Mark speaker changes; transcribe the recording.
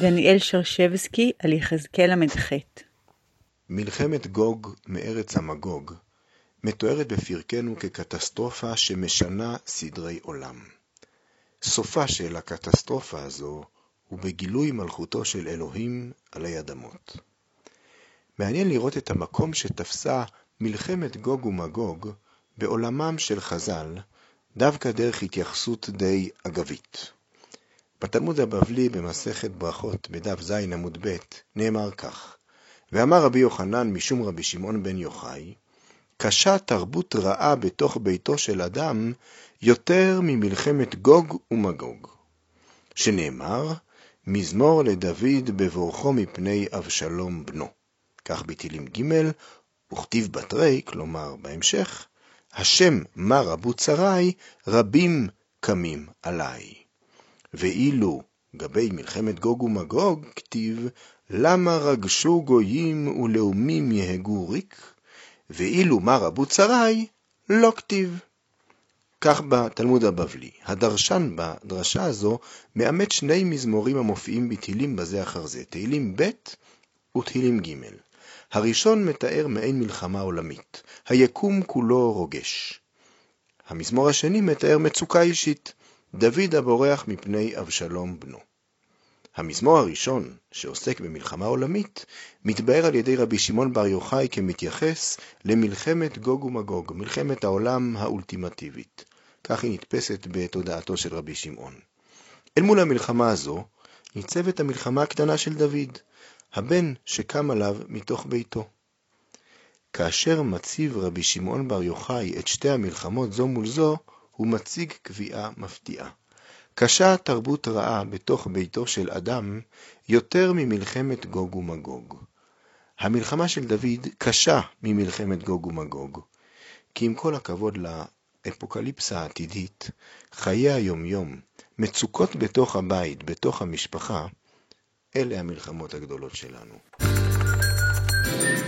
Speaker 1: דניאל שרשבסקי על יחזקאל למ"ח.
Speaker 2: מלחמת גוג מארץ המגוג מתוארת בפרקנו כקטסטרופה שמשנה סדרי עולם. סופה של הקטסטרופה הזו הוא בגילוי מלכותו של אלוהים עלי אדמות. מעניין לראות את המקום שתפסה מלחמת גוג ומגוג בעולמם של חז"ל, דווקא דרך התייחסות די אגבית. בתלמוד הבבלי במסכת ברכות בדף ז עמוד ב' נאמר כך: ואמר רבי יוחנן משום רבי שמעון בן יוחאי, קשה תרבות רעה בתוך ביתו של אדם יותר ממלחמת גוג ומגוג, שנאמר מזמור לדוד בבורכו מפני אבשלום בנו. כך בתהילים ג' וכתיב בתרי, כלומר בהמשך, השם מה רבו צרי רבים קמים עליי. ואילו גבי מלחמת גוג ומגוג כתיב למה רגשו גויים ולאומים יהגו ריק, ואילו מה רבו צרי לא כתיב. כך בתלמוד הבבלי. הדרשן בדרשה הזו מאמת שני מזמורים המופיעים בתהילים בזה אחר זה, תהילים ב' ותהילים ג'. הראשון מתאר מעין מלחמה עולמית, היקום כולו רוגש. המזמור השני מתאר מצוקה אישית, דוד הבורח מפני אבשלום בנו. המזמור הראשון, שעוסק במלחמה עולמית, מתבאר על ידי רבי שמעון בר יוחאי כמתייחס למלחמת גוג ומגוג, מלחמת העולם האולטימטיבית. כך היא נתפסת בתודעתו של רבי שמעון. אל מול המלחמה הזו ניצבת המלחמה הקטנה של דוד, הבן שקם עליו מתוך ביתו. כאשר מציב רבי שמעון בר יוחאי את שתי המלחמות זו מול זו, הוא מציג קביעה מפתיעה. קשה תרבות רעה בתוך ביתו של אדם יותר ממלחמת גוג ומגוג. המלחמה של דוד קשה ממלחמת גוג ומגוג, כי עם כל הכבוד לאפוקליפסה העתידית, חיי היום-יום, מצוקות בתוך הבית, בתוך המשפחה, אלה המלחמות הגדולות שלנו.